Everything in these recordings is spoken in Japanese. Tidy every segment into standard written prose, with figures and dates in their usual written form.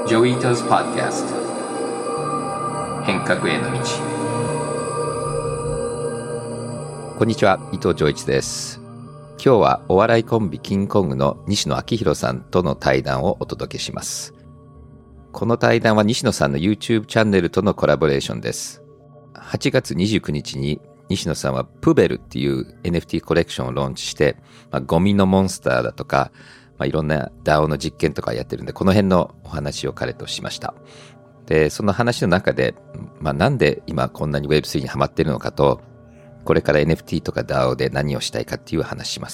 ジョイータズ・パッドキャスト変革への道。こんにちは、伊藤浄一です。今日はお笑いコンビキングコングの西野昭弘さんとの対談をお届けします。この対談は西野さんの YouTube チャンネルとのコラボレーションです。8月29日に西野さんはプベルっていう NFT コレクションをローンチして、ゴミのモンスターだとか、いろんな DAO の実験とかやってるんで、この辺のお話を彼としました。で、その話の中で、なんで今こんなに Web3 にハマってるのかと、これから NFT とか DAO で何をしたいかっていう話します。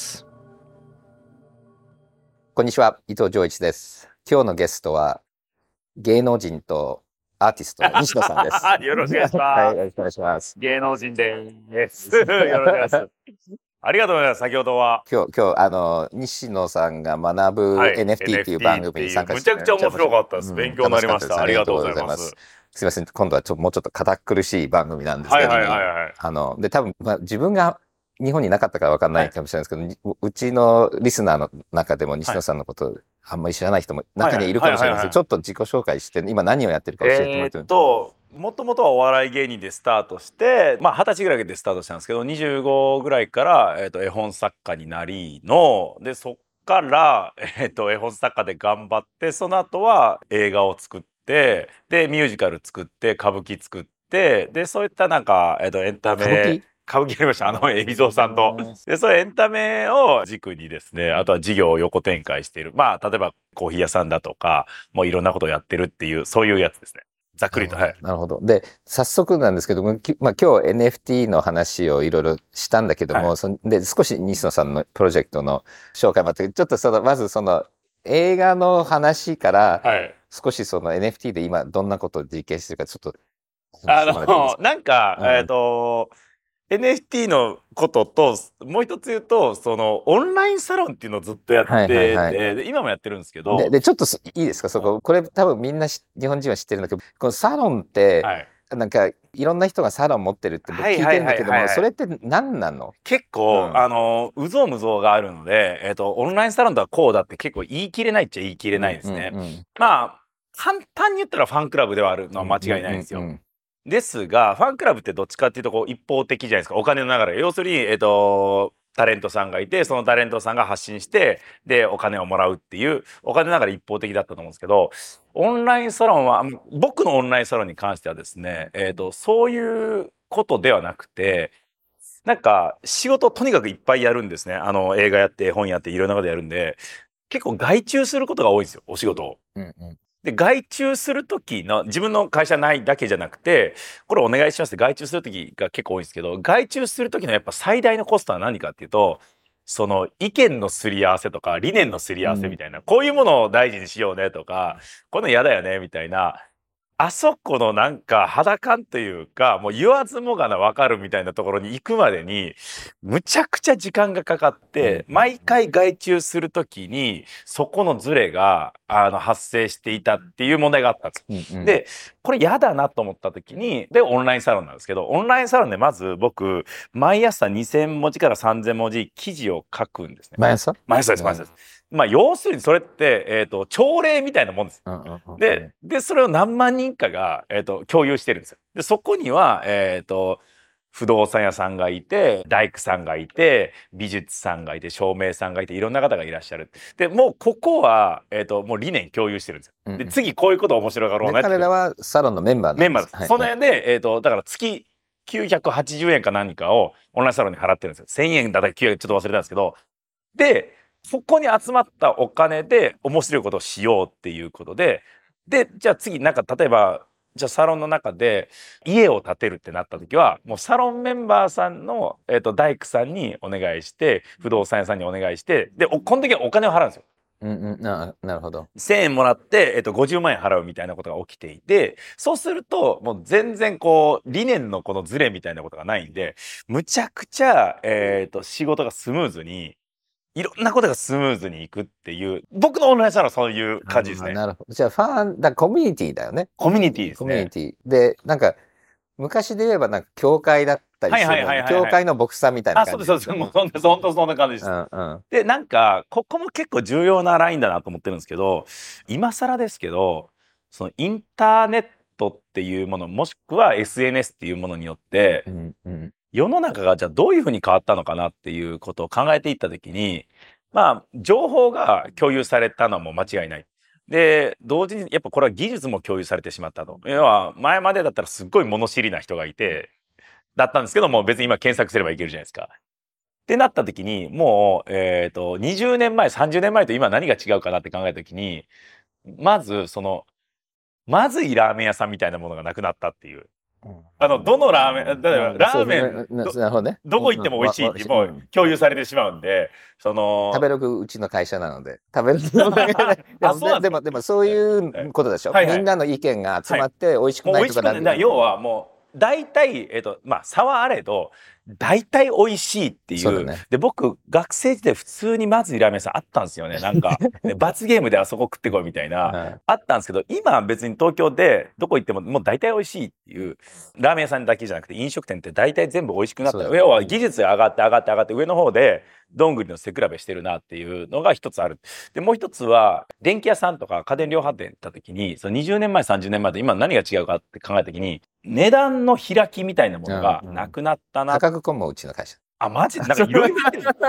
こんにちは、伊藤浄一です。今日のゲストは芸能人とアーティストの西野さんです。 よろしくお願いします。 はい、よろしくお願いします。 芸能人です。よろしくお願いします。ありがとうございます。先ほどは。 今日西野さんが学ぶ NFT っていう番組に参加して、 むちゃくちゃ面白かったです。勉強になりました。ありがとうございます。 すいません、今度はもうちょっと堅苦しい番組なんですけども、で多分、自分が日本になかったから分かんないかもしれないですけど、うちのリスナーの中でも西野さんのことあんまり知らない人も中にいるかもしれないですけど、ちょっと自己紹介して、今何をやってるか教えてもらってもいいですか？ もともとはお笑い芸人でスタートして、20歳ぐらいでスタートしたんですけど、25ぐらいから、絵本作家になりの、で、そっから、絵本作家で頑張って、その後は映画を作って、で、ミュージカル作って、歌舞伎作って、で、そういったなんか、エンタメ、歌舞伎やりました。海老蔵さんと。で、そういうエンタメを軸にですね、あとは事業を横展開している。例えばコーヒー屋さんだとか、もういろんなことをやってるっていう、そういうやつですね。ざっくりと。 なるほど。で、早速なんですけども、今日 NFT の話をいろいろしたんだけども、で、少し西野さんのプロジェクトの紹介もあって、ちょっとまず映画の話から、少しNFT で今どんなことを実験してるか、ちょっと。 なんか、NFT のことと、もう一つ言うと、オンラインサロンっていうのをずっとやってて、今もやってるんですけど。 で、ちょっといいですか、これ多分みんな日本人は知ってるんだけど、このサロンって、なんかいろんな人がサロン持ってるって僕聞いてるんだけども、それって何なの？ 結構、うぞうむぞうがあるので、オンラインサロンとはこうだって結構言い切れないっちゃ言い切れないですね。簡単に言ったらファンクラブではあるのは間違いないんですよ。ですが、ファンクラブってどっちかっていうと一方的じゃないですか。お金の流れ。要するに、タレントさんがいて、そのタレントさんが発信して、で、お金をもらうっていう、お金の流れ一方的だったと思うんですけど、オンラインサロンは、僕のオンラインサロンに関してはですね、そういうことではなくて、なんか、仕事をとにかくいっぱいやるんですね。映画やって、本やって、いろんなことやるんで、結構外注することが多いんですよ、お仕事を。で、外注するときの、自分の会社ないだけじゃなくて、これお願いしますって外注するときが結構多いんですけど、外注するときのやっぱ最大のコストは何かっていうと、意見のすり合わせとか、理念のすり合わせみたいな、こういうものを大事にしようねとか、こういうの嫌だよねみたいな、あそこのなんか肌感というか、もう言わずもがな分かるみたいなところに行くまでに、むちゃくちゃ時間がかかって、毎回外注するときに、そこのズレが、発生していたっていう問題があったんです。で、これ嫌だなと思ったときに、で、オンラインサロンなんですけど、オンラインサロンでまず僕、毎朝2000文字から3000文字記事を書くんですね。毎朝です。要するにそれって、朝礼みたいなもんです。で、それを何万人かが、共有してるんですよ。で、そこには、不動産屋さんがいて、大工さんがいて、美術さんがいて、照明さんがいて、いろんな方がいらっしゃる。で、もうここは、もう理念共有してるんですよ。で、次こういうこと面白がろうねって。 彼らはサロンのメンバーなんです。 です。その辺で、だから月980円か何かをオンラインサロンに払ってるんですよ。1000円だったら900円ちょっと忘れたんですけど。で、そこに集まったお金で面白いことをしようっていうことで、じゃあ次なんか例えば、じゃあサロンの中で家を建てるってなった時は、もうサロンメンバーさんの、大工さんにお願いして、不動産屋さんにお願いして、で、この時はお金を払うんですよ。 なるほど。 1000円もらって、50万円払うみたいなことが起きていて、そうすると、もう全然理念のこのズレみたいなことがないんで、むちゃくちゃ、仕事がスムーズに、いろんなことがスムーズにいくっていう、僕のオンラインサロンはそういう感じですね。 なるほど。じゃあコミュニティだよね。 コミュニティですね。 コミュニティ。で、なんか、昔で言えばなんか教会だったりする。教会の牧師さんみたいな感じ。 そうです。もう本当そんな感じです。で、なんか、ここも結構重要なラインだなと思ってるんですけど、今更ですけど、 そのインターネットっていうもの、もしくは SNS っていうものによって、世の中がじゃあどういうふうに変わったのかなっていうことを考えていったときに、まあ、情報が共有されたのはもう間違いない。で、同時にやっぱこれは技術も共有されてしまったと。要は、前までだったらすっごい物知りな人がいて、だったんですけども、別に今検索すればいけるじゃないですか。ってなった時に、もう、20年前、30年前と今何が違うかなって考えた時に、まず、まずいラーメン屋さんみたいなものがなくなったっていう。どのラーメン、例えばラーメン、どこ行っても美味しいってもう共有されてしまうんで、 食べログうちの会社なので、食べログでもそういうことでしょ。みんなの意見が集まって美味しくないとかなる。 要はもう、大体、まあ、差はあれど、大体美味しいっていう。で、僕、学生時代普通にまずいラーメン屋さんあったんですよね。なんか、罰ゲームであそこ食ってこいみたいな、あったんですけど、今別に東京でどこ行ってももう大体美味しいっていう、ラーメン屋さんだけじゃなくて飲食店って大体全部美味しくなった。要は技術が上がって上の方で、どんぐりの背比べしてるなっていうのが一つある。で、もう一つは、電気屋さんとか家電量販店行った時に、その20年前、30年前と今何が違うかって考えた時に、値段の開きみたいなものがなくなったな。 価格コンもうちの会社。 あ、マジでなんかいろいろ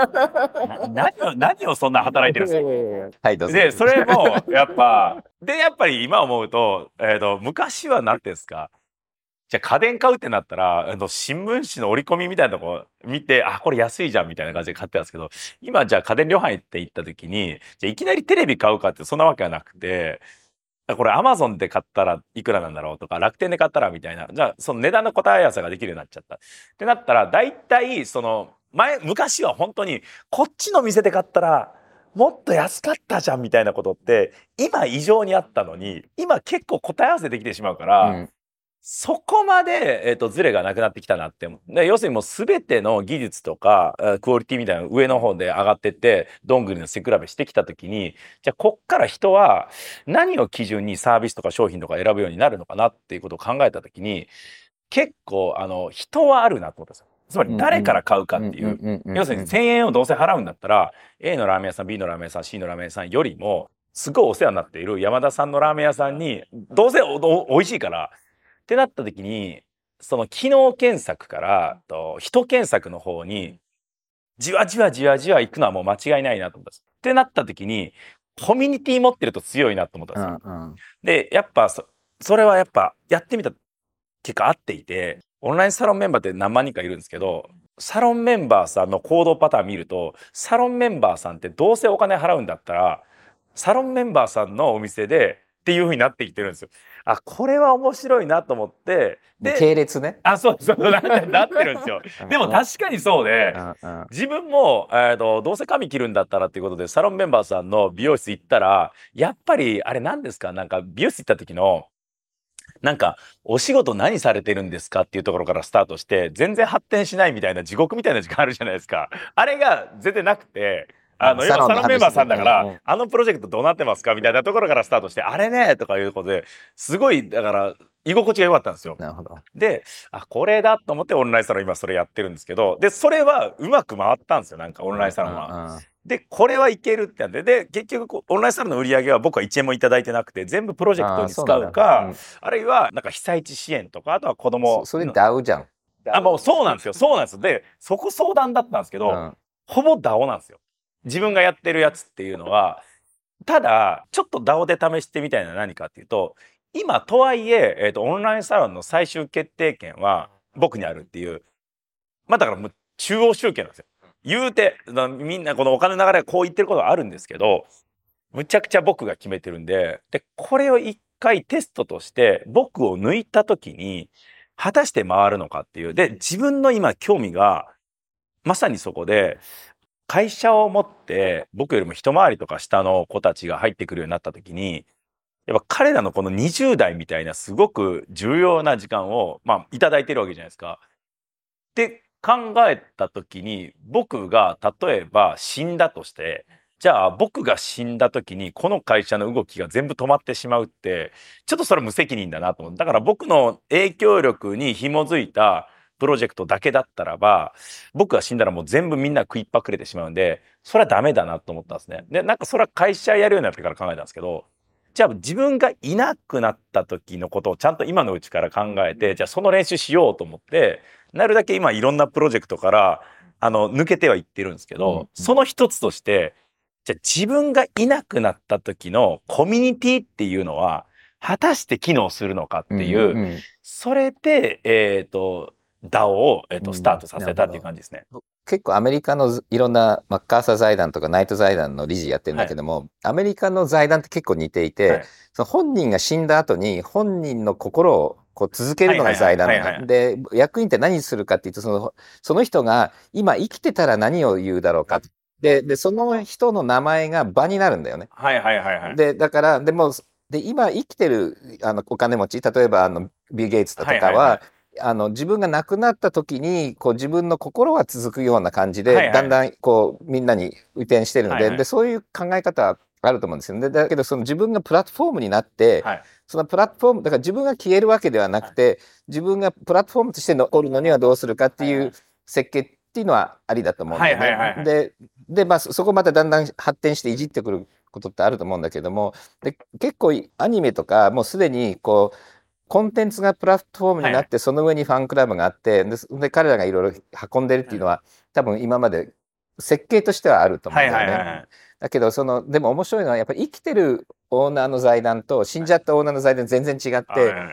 何をそんな働いてるんですか。はい、どうぞ。で、それも、やっぱり今思うと、昔は何ていうんですか、じゃあ家電買うってなったら、新聞紙の折り込みみたいなとこ見て、あ、これ安いじゃんみたいな感じで買ってたんですけど、今じゃあ家電量販店って行った時に、じゃあいきなりテレビ買うかってそんなわけはなくて、これ Amazon で買ったらいくらなんだろうとか、楽天で買ったらみたいな、じゃあその値段の答え合わせができるようになっちゃった。ってなったら、大体昔は本当にこっちの店で買ったら、もっと安かったじゃんみたいなことって、今異常にあったのに、今結構答え合わせできてしまうから、そこまで、ズレがなくなってきたなって。で、要するにもう全ての技術とか、クオリティみたいな上の方で上がってって、どんぐりの背比べしてきたときに、じゃあこっから人は何を基準にサービスとか商品とか選ぶようになるのかなっていうことを考えたときに、結構、人はあるなと思ったんですよ。つまり誰から買うかっていう。要するに1000円をどうせ払うんだったら、A のラーメン屋さん、B のラーメン屋さん、C のラーメン屋さんよりも、すごいお世話になっている山田さんのラーメン屋さんに、どうせ美味しいから、ってなった時に、その機能検索から人検索の方に、じわじわ行くのはもう間違いないなと思ったんです。ってなった時に、コミュニティ持ってると強いなと思ったんですよ。で、やっぱそれはやっぱやってみた結果合っていて、オンラインサロンメンバーって何万人かいるんですけど、サロンメンバーさんの行動パターン見ると、サロンメンバーさんってどうせお金払うんだったら、サロンメンバーさんのお店でっていう風になってきてるんですよ。あ、これは面白いなと思って。 で、系列ね。 あ、そうなってるんですよ。でも確かにそうで、自分も、どうせ髪切るんだったらっていうことで、サロンメンバーさんの美容室行ったら、やっぱり、あれ何ですか？なんか美容室行った時の、なんか、お仕事何されてるんですかっていうところからスタートして、全然発展しないみたいな地獄みたいな時間あるじゃないですか。あれが全然なくて、今サロンメンバーさんだから、あのプロジェクトどうなってますかみたいなところからスタートして、あれねとかいうことで、すごい、だから、居心地が良かったんですよ。 なるほど。 で、これだと思ってオンラインサロン今それやってるんですけど、で、それはうまく回ったんですよ、なんかオンラインサロンは。で、これはいけるってなって、で、結局オンラインサロンの売り上げは僕は1円もいただいてなくて、全部プロジェクトに使うか、あるいはなんか被災地支援とか、あとは子供。 それダウじゃん。 もうそうなんですよ。で、そこ相談だったんですけど、ほぼダオなんですよ。自分がやってるやつっていうのは、ただ、ちょっと DAO で試してみたいな何かっていうと、今とはいえ、オンラインサロンの最終決定権は僕にあるっていう、だからもう中央集権なんですよ。言うて、みんなこのお金の流れがこう言ってることはあるんですけど、むちゃくちゃ僕が決めてるんで、これを一回テストとして僕を抜いた時に、果たして回るのかっていう。で、自分の今興味が、まさにそこで、会社を持って僕よりも一回りとか下の子たちが入ってくるようになった時に、やっぱ彼らのこの20代みたいなすごく重要な時間を、いただいてるわけじゃないですか。で、考えた時に僕が例えば死んだとして、じゃあ僕が死んだ時にこの会社の動きが全部止まってしまうって、ちょっとそれ無責任だなと思う。だから僕の影響力に紐づいたプロジェクトだけだったらば、僕が死んだらもう全部みんな食いっぱくれてしまうんで、それはダメだなと思ったんですね。で、なんかそれは会社やるようになってから考えたんですけど、 じゃあ自分がいなくなった時のことをちゃんと今のうちから考えて、じゃあその練習しようと思って、なるだけ今いろんなプロジェクトから抜けてはいってるんですけど、その一つとして、じゃあ自分がいなくなった時のコミュニティっていうのは果たして機能するのかっていう、それでDAO を、スタートさせたっていう感じですね。 結構アメリカのいろんなマッカーサー財団とかナイト財団の理事やってるんだけども、アメリカの財団って結構似ていて、その本人が死んだ後に本人の心をこう続けるのが財団なので、役員って何するかっていうと、その人が今生きてたら何を言うだろうか。で、その人の名前が場になるんだよね。で、だから、今生きてるお金持ち、例えばビル・ゲイツだとかは、自分が亡くなった時にこう自分の心は続くような感じで、だんだんこうみんなに移転してるので、そういう考え方はあると思うんですよね。だけどその自分がプラットフォームになって、そのプラットフォームだから自分が消えるわけではなくて、自分がプラットフォームとして残るのにはどうするかっていう設計っていうのはありだと思うんだよね。でそこまただんだん発展していじってくることってあると思うんだけども、で結構アニメとかもうすでにこうコンテンツがプラットフォームになって、その上にファンクラブがあって、で彼らがいろいろ運んでるっていうのは、多分今まで設計としてはあると思うんだよね。だけどでも面白いのはやっぱり生きてるオーナーの財団と死んじゃったオーナーの財団全然違って、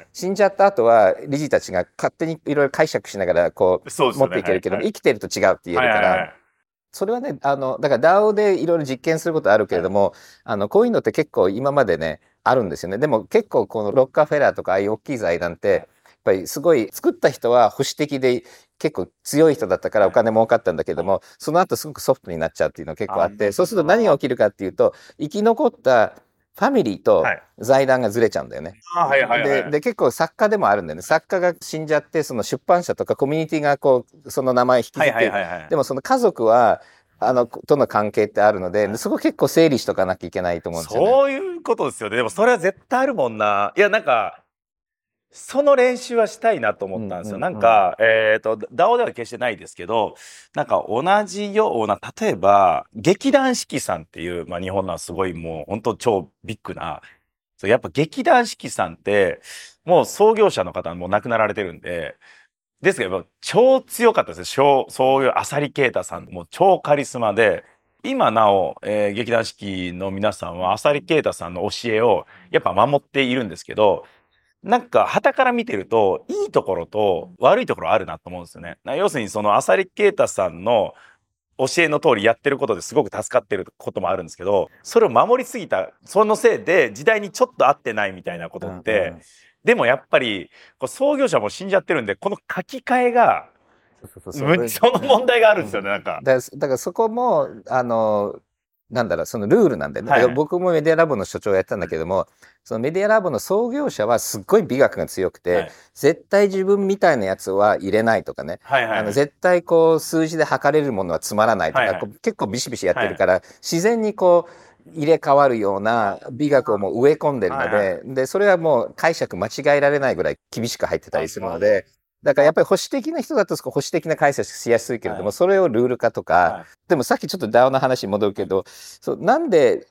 死んじゃった後は理事たちが勝手にいろいろ解釈しながらこう持っていけるけど、生きてると違うって言えるから。それはね、だから DAO でいろいろ実験することあるけれども、こういうのって結構今までね、あるんですよね。でも結構このロッカーフェラーとかああいう大きい財団って、やっぱりすごい作った人は保守的で結構強い人だったからお金儲かったんだけども、その後すごくソフトになっちゃうっていうのが結構あって、そうすると何が起きるかっていうと、生き残ったファミリーと財団がずれちゃうんだよね。で結構作家でもあるんだよね。作家が死んじゃって、その出版社とかコミュニティがこうその名前引き継いで、でもその家族はとの関係ってあるので、そこ結構整理しとかなきゃいけないと思うんですよね。 そういうことですよね。でもそれは絶対あるもんな。いやなんかその練習はしたいなと思ったんですよ。なんかDAO では決してないですけど、なんか同じような、例えば劇団四季さんっていう、日本のすごいもう本当超ビッグな、やっぱ劇団四季さんってもう創業者の方もう亡くなられてるんで、ですけど超強かったですよ。そういう浅利啓太さんも超カリスマで、今なお、劇団四季の皆さんは浅利啓太さんの教えをやっぱ守っているんですけど、なんか傍から見てるといいところと悪いところあるなと思うんですよね。要するにその浅利啓太さんの教えの通りやってることですごく助かってることもあるんですけど、それを守りすぎたそのせいで時代にちょっと合ってないみたいなことって、でもやっぱり創業者も死んじゃってるんで、この書き換えがその問題があるんですよね。なんかだからそこもなんだろう、そのルールなんで、ね、僕もメディアラボの所長をやってたんだけども、そのメディアラボの創業者はすっごい美学が強くて、絶対自分みたいなやつは入れないとかね、絶対こう数字で測れるものはつまらないとか、結構ビシビシやってるから、自然にこう入れ替わるような美学をもう植え込んでるので、それはもう解釈間違えられないぐらい厳しく入ってたりするので。だからやっぱり保守的な人だと保守的な解説しやすいけれども、それをルール化とか、でもさっきちょっと DAO の話に戻るけど、なんで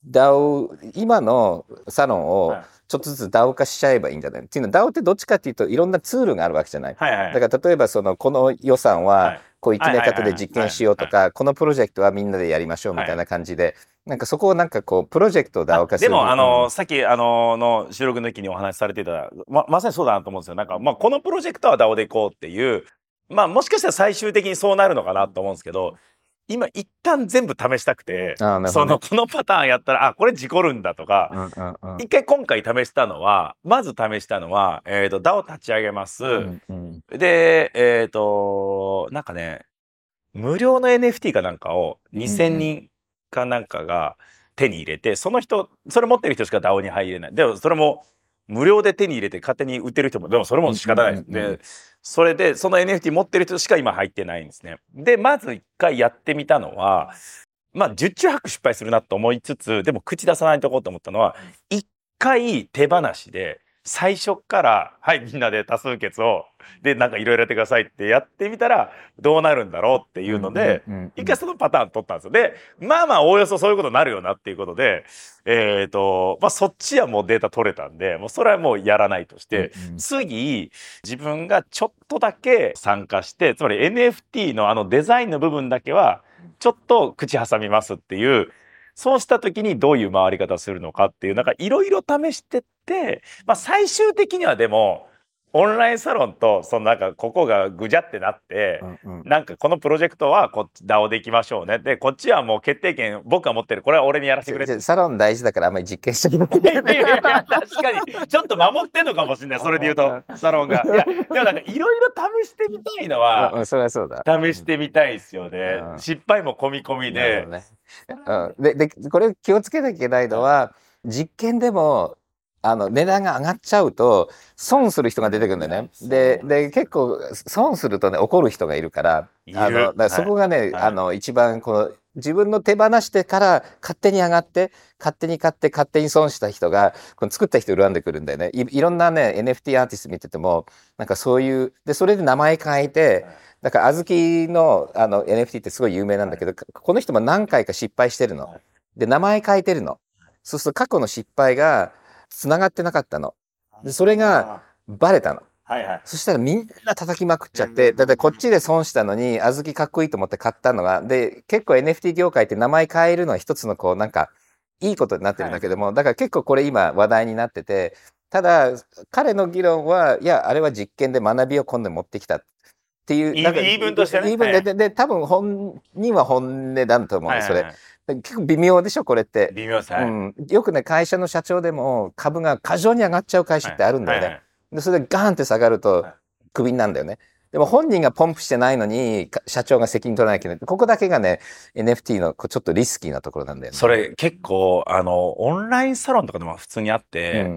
DAO、今のサロンをちょっとずつ DAO 化しちゃえばいいんじゃないっていうのは、DAO ってどっちかっていうといろんなツールがあるわけじゃない。だから例えばこの予算はこういう決め方で実験しようとか、このプロジェクトはみんなでやりましょうみたいな感じで、なんかそこをなんかこうプロジェクトを DAO 化する。 でもさっきの収録の時にお話しされてたまさにそうだなと思うんですよ。なんかこのプロジェクトは DAO でいこうっていう、もしかしたら最終的にそうなるのかなと思うんですけど、今一旦全部試したくて、このパターンやったらこれ事故るんだとか、一回今回まず試したのはDAO 立ち上げます。でなんかね、無料の NFT かなんかを2000人かなんかが手に入れて、それ持ってる人しか DAO に入れない。でもそれも無料で手に入れて勝手に売ってる人も、でもそれも仕方ないです。で、それでその NFT 持ってる人しか今入ってないんですね。で、まず一回やってみたのは、十中八九失敗するなと思いつつ、でも口出さないとこうと思ったのは、一回手放しで最初からはいみんなで多数決をでなんかいろいろやってくださいってやってみたらどうなるんだろうっていうので、一回そのパターン取ったんですよ。でまあおおよそそういうことになるよなっていうことでそっちはもうデータ取れたんでもうそれはもうやらないとして、次自分がちょっとだけ参加してつまり NFT のデザインの部分だけはちょっと口挟みますっていうそうした時にどういう回り方をするのかっていうなんかいろいろ試してって、最終的にはでもオンラインサロンとそのなんかここがぐじゃってなって、なんかこのプロジェクトはこっち DAO でいきましょうねでこっちはもう決定権僕が持ってるこれは俺にやらせてくれってサロン大事だからあんまり実験してみて確かにちょっと守ってんのかもしれないそれで言うとサロンがいやでもなんかいろいろ試してみたいのはそれはそうだ試してみたいですよね、失敗も込み込みで、 でこれ気をつけなきゃいけないのは実験でも値段が上がっちゃうと損する人が出てくるんだよね。で結構損するとね怒る人がいるからだからそこがね、一番この自分の手放してから勝手に上がって勝手に買って勝手に損した人がこの作った人恨んでくるんだよね。いろんなね NFT アーティスト見ててもなんかそういうでそれで名前変えてだから小豆のNFT ってすごい有名なんだけどこの人も何回か失敗してるの。で名前変えてるの。そうすると過去の失敗が繋がってなかったの。でそれがバレたの。そしたらみんな叩きまくっちゃって、だってこっちで損したのに、小豆かっこいいと思って買ったのが、で、結構 NFT 業界って名前変えるのは一つのこう、なんか、いいことになってるんだけども、だから結構これ今話題になってて、ただ、彼の議論は、いや、あれは実験で学びを今度持ってきたっていう。 言い分としてね。 言い分で、多分本人は本音だと思う、それ。結構微妙でしょこれって。 微妙ですね、 よくね会社の社長でも株が過剰に上がっちゃう会社ってあるんだよね。でそれでガーンって下がるとクビになるんだよね。でも本人がポンプしてないのに社長が責任取らなきゃいけない。ここだけがね NFT のちょっとリスキーなところなんだよね。 それ結構オンラインサロンとかでも普通にあって、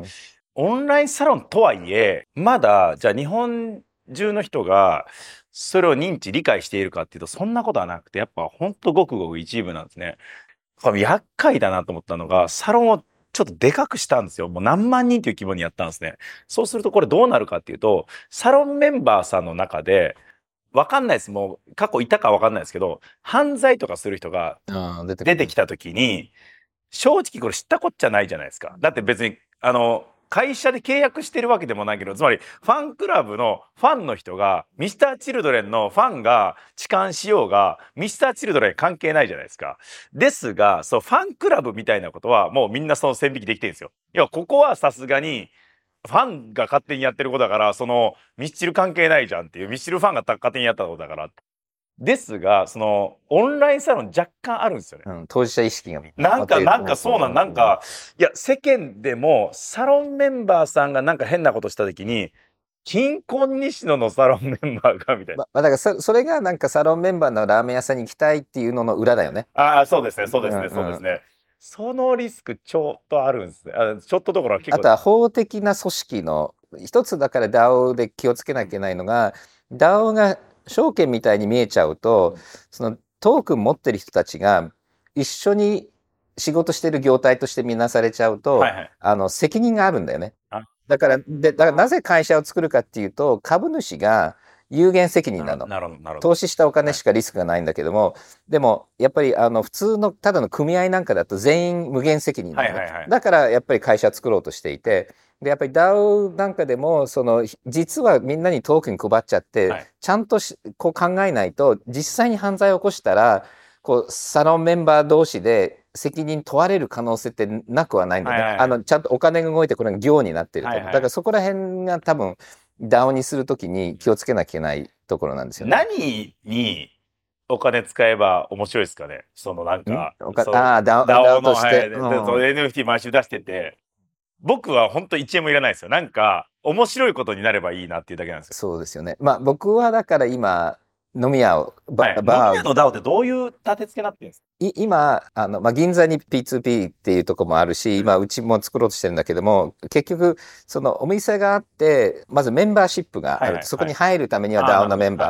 オンラインサロンとはいえまだじゃあ日本中の人がそれを認知理解しているかっていうとそんなことはなくてやっぱほんとごくごく一部なんですね。厄介だなと思ったのがサロンをちょっとでかくしたんですよ。もう何万人という規模にやったんですね。そうするとこれどうなるかっていうとサロンメンバーさんの中で分かんないです。もう過去いたか分かんないですけど犯罪とかする人が出てきた時に正直これ知ったこっちゃないじゃないですか。だって別に会社で契約してるわけでもないけどつまりファンクラブのファンの人がミスターチルドレンのファンが痴漢しようがミスターチルドレン関係ないじゃないですか。ですがそうファンクラブみたいなことはもうみんなその線引きできてるんですよ。いやここはさすがにファンが勝手にやってることだからそのミスチル関係ないじゃんっていうミスチルファンが勝手にやったことだから。ですがそのオンラインサロン若干あるんですよね、 当事者意識がなんかそうなんかいや世間でもサロンメンバーさんがなんか変なことした時に金婚西野のサロンメンバーがみたいな、 だからそれがなんかサロンメンバーのラーメン屋さんに行きたいっていうのの裏だよね。 そうですねそうですね、そのリスクちょっとあるんですね。ちょっとどころは結構あとは法的な組織の一つだから DAO で気をつけなきゃいけないのが DAO が証券みたいに見えちゃうとそのトークン持ってる人たちが一緒に仕事してる業態として見なされちゃうと、責任があるんだよね。だからなぜ会社を作るかっていうと株主が有限責任なの。投資したお金しかリスクがないんだけども、でもやっぱり普通のただの組合なんかだと全員無限責任なのね。だからやっぱり会社を作ろうとしていて。でやっぱり DAO なんかでも実はみんなにトークン配っちゃって、ちゃんとこう考えないと実際に犯罪を起こしたらこうサロンメンバー同士で責任問われる可能性ってなくはないんだよね。ちゃんとお金が動いてこれが業になってると、だからそこら辺が多分 DAO にするときに気をつけなきゃいけないところなんですよね。 何にお金使えば面白いですかね。そのなんか DAO として、 NFT 毎週出してて。僕は本当1円もいらないですよ。なんか面白いことになればいいなっていうだけなんですよ。 そうですよね。僕はだから今飲み屋を飲み屋の DAO ってどういう立て付けになってるんですか？ 今銀座に P2P っていうところもあるし、今うちも作ろうとしてるんだけども、結局そのお店があってまずメンバーシップがある、そこに入るためには DAO のメンバー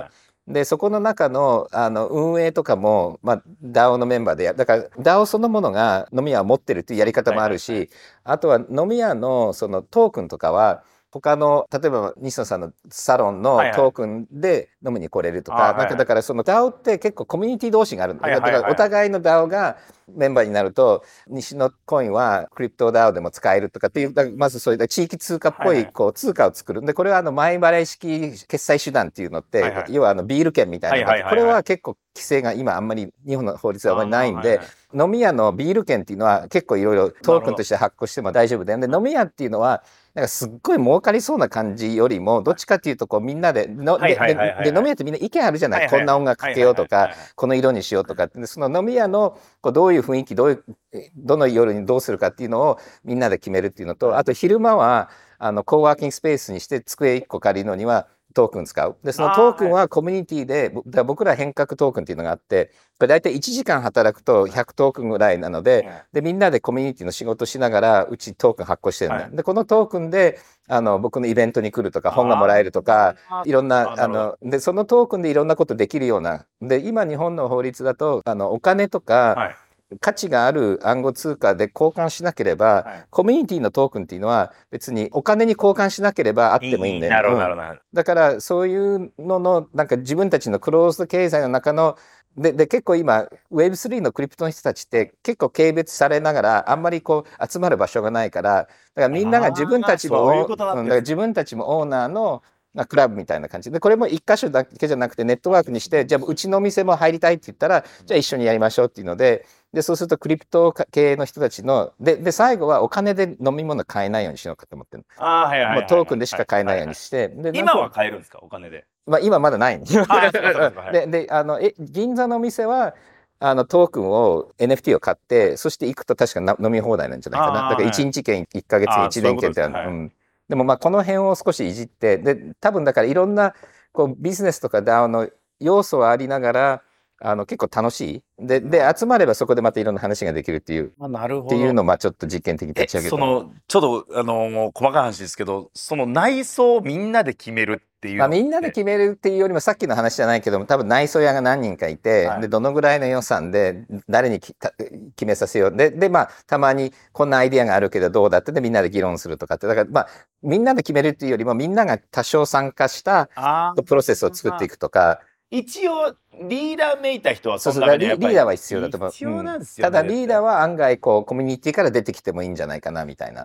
でそこの中の運営とかも、まあ、DAO のメンバーでだから DAO そのものが飲み屋を持ってるっていうやり方もあるし、あとは飲み屋のそのトークンとかは他の例えば西野さんのサロンのトークンで飲みに来れるとか、なんかだからその DAO って結構コミュニティ同士があるんだ。だからお互いの DAO がメンバーになると西野コインはクリプト DAO でも使えるとかっていう、まずそういう地域通貨っぽいこう通貨を作るんで、これは前払い式決済手段っていうのって、要はビール券みたいな、これは結構規制が今あんまり日本の法律はあんまりないんで、飲み屋のビール券っていうのは結構いろいろトークンとして発行しても大丈夫で、飲み屋っていうのはなんかすっごい儲かりそうな感じよりもどっちかっていうとこうみんなで飲み屋ってみんな意見あるじゃない、こんな音楽かけようとかこの色にしようとかって、その飲み屋のこうどういう雰囲気どの夜にどうするかっていうのをみんなで決めるっていうのと、あと昼間はコーワーキングスペースにして机1個借りるのにはトークン使う。でそのトークンはコミュニティで僕ら変革トークンっていうのがあって、これ大体1時間働くと100トークンぐらいなので、みんなでコミュニティの仕事しながらうちトークン発行してるんだ、でこのトークンで僕のイベントに来るとか本がもらえるとかいろんなでそのトークンでいろんなことできるようなで、今日本の法律だとお金とか、価値がある暗号通貨で交換しなければ、コミュニティのトークンっていうのは別にお金に交換しなければあってもいいんだよ。だからそういうののなんか自分たちのクローズド経済の中ので結構今 Web3 のクリプトの人たちって結構軽蔑されながらあんまりこう集まる場所がないから、だからみんなが自分たちもオーナーのクラブみたいな感じで、これも一箇所だけじゃなくてネットワークにして、じゃあうちのお店も入りたいって言ったらじゃあ一緒にやりましょうっていうので、そうするとクリプト系の人たちので最後はお金で飲み物買えないようにしようかと思ってるの。もうトークンでしか買えないようにして、 今は買えるんですか、お金で。 今まだないで銀座のお店はトークンを NFT を買ってそして行くと確か飲み放題なんじゃないかな。だから1日券1ヶ月券1年券ってある。でもまあこの辺を少しいじってで多分だからいろんなこうビジネスとか DAO の要素はありながら結構楽しいで集まればそこでまたいろんな話ができるっていう、っていうのをまあちょっと実験的に立ち上げた。 ちょっと細かい話ですけど、その内装をみんなで決めるっていう、 みんなで決めるっていうよりもさっきの話じゃないけども、多分内装屋が何人かいて、でどのぐらいの予算で誰に決めさせようでまあたまにこんなアイディアがあるけどどうだってでみんなで議論するとかって、だからまあみんなで決めるっていうよりもみんなが多少参加したプロセスを作っていくとか。 一応リーダーめいた人はそうリーダーは必要だと思う。必要なんですよね。ただリーダーは案外こうコミュニティから出てきてもいいんじゃないかなみたいな。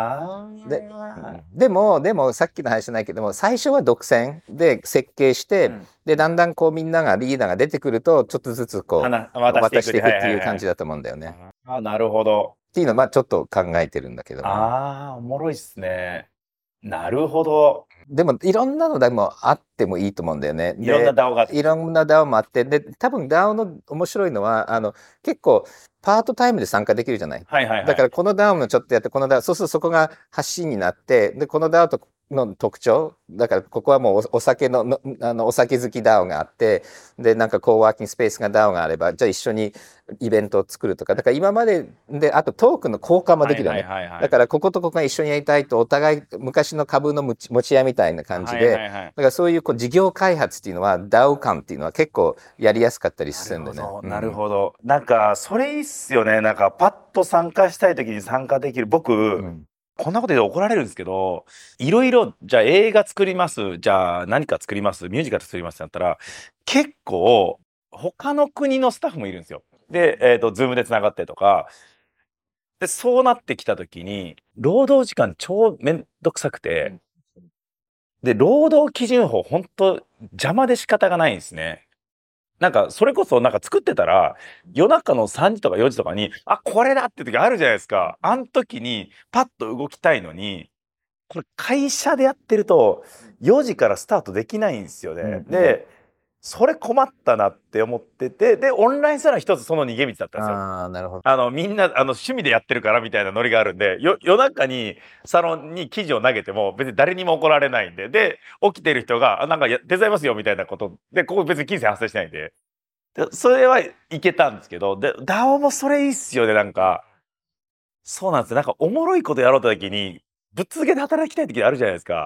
でもさっきの話じゃないけども最初は独占で設計して、でだんだんこうみんながリーダーが出てくるとちょっとずつこう渡していくっていう感じだと思うんだよね。 なるほど。 っていうのはまあちょっと考えてるんだけど、 おもろいっすね。なるほど。 でもいろんなのでもあってもいいと思うんだよね。 いろんな DAO がいろんな DAO もあって、で多分 DAO の面白いのは結構パートタイムで参加できるじゃない。だからこの DAO のちょっとやってこの DAO そうするとそこが発信になってでこの DAO との特徴だからここはもうお酒のお酒好き DAO があってでなんかコーワーキングスペースが DAO があればじゃあ一緒にイベントを作るとかだから今までであとトークンの交換もできるよね。だからこことここが一緒にやりたいとお互い昔の株の持ち屋みたいな感じでだからそういう事業開発っていうのは DAO 感っていうのは結構やりやすかったりするんだよね。 なるほど。なんかそれいいっすよね。なんかパッと参加したい時に参加できる。僕、こんなことで怒られるんですけど、いろいろじゃあ映画作ります、じゃあ何か作ります、ミュージカル作りますってなったら結構他の国のスタッフもいるんですよ。で、ズームでつながってとかでそうなってきた時に労働時間超めんどくさくて、で労働基準法本当邪魔で仕方がないんですね。なんかそれこそなんか作ってたら夜中の3時とか4時とかにこれだって時あるじゃないですか。あん時にパッと動きたいのにこれ会社でやってると4時からスタートできないんですよね。でそれ困ったなって思っててでオンラインサロン一つその逃げ道だったんですよ。 なるほど。 みんな趣味でやってるからみたいなノリがあるんで夜中にサロンに記事を投げても別に誰にも怒られないんで起きてる人がなんか手伝いますよみたいなことでここ別に金銭発生しないんでそれはいけたんですけどで DAO もそれいいっすよね。なんかそうなんですよ。なんかおもろいことやろうと時にぶっ続けで働きたい時あるじゃないですか。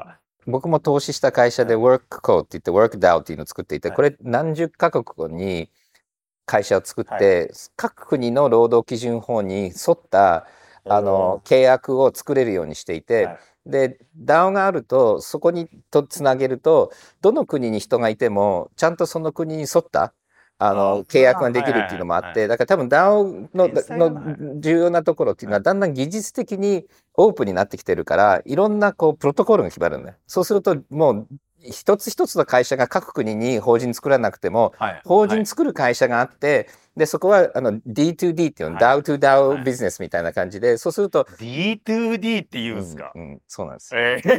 僕も投資した会社で WorkCo って言って WorkDAO っていうのを作っていて、これ何十カ国に会社を作って、各国の労働基準法に沿った契約を作れるようにしていて、で DAO があるとそこにつなげるとどの国に人がいてもちゃんとその国に沿った契約ができるっていうのもあって、だから多分 DAO の重要なところっていうのはだんだん技術的にオープンになってきてるから、いろんなこうプロトコルが決まるんだよ。そうするともう一つ一つの会社が各国に法人作らなくても、法人作る会社があって、でそこはD2D っていうの、DAO to DAO ビジネスみたいな感じで、そうすると D2D って言うんですか？ そうなんです。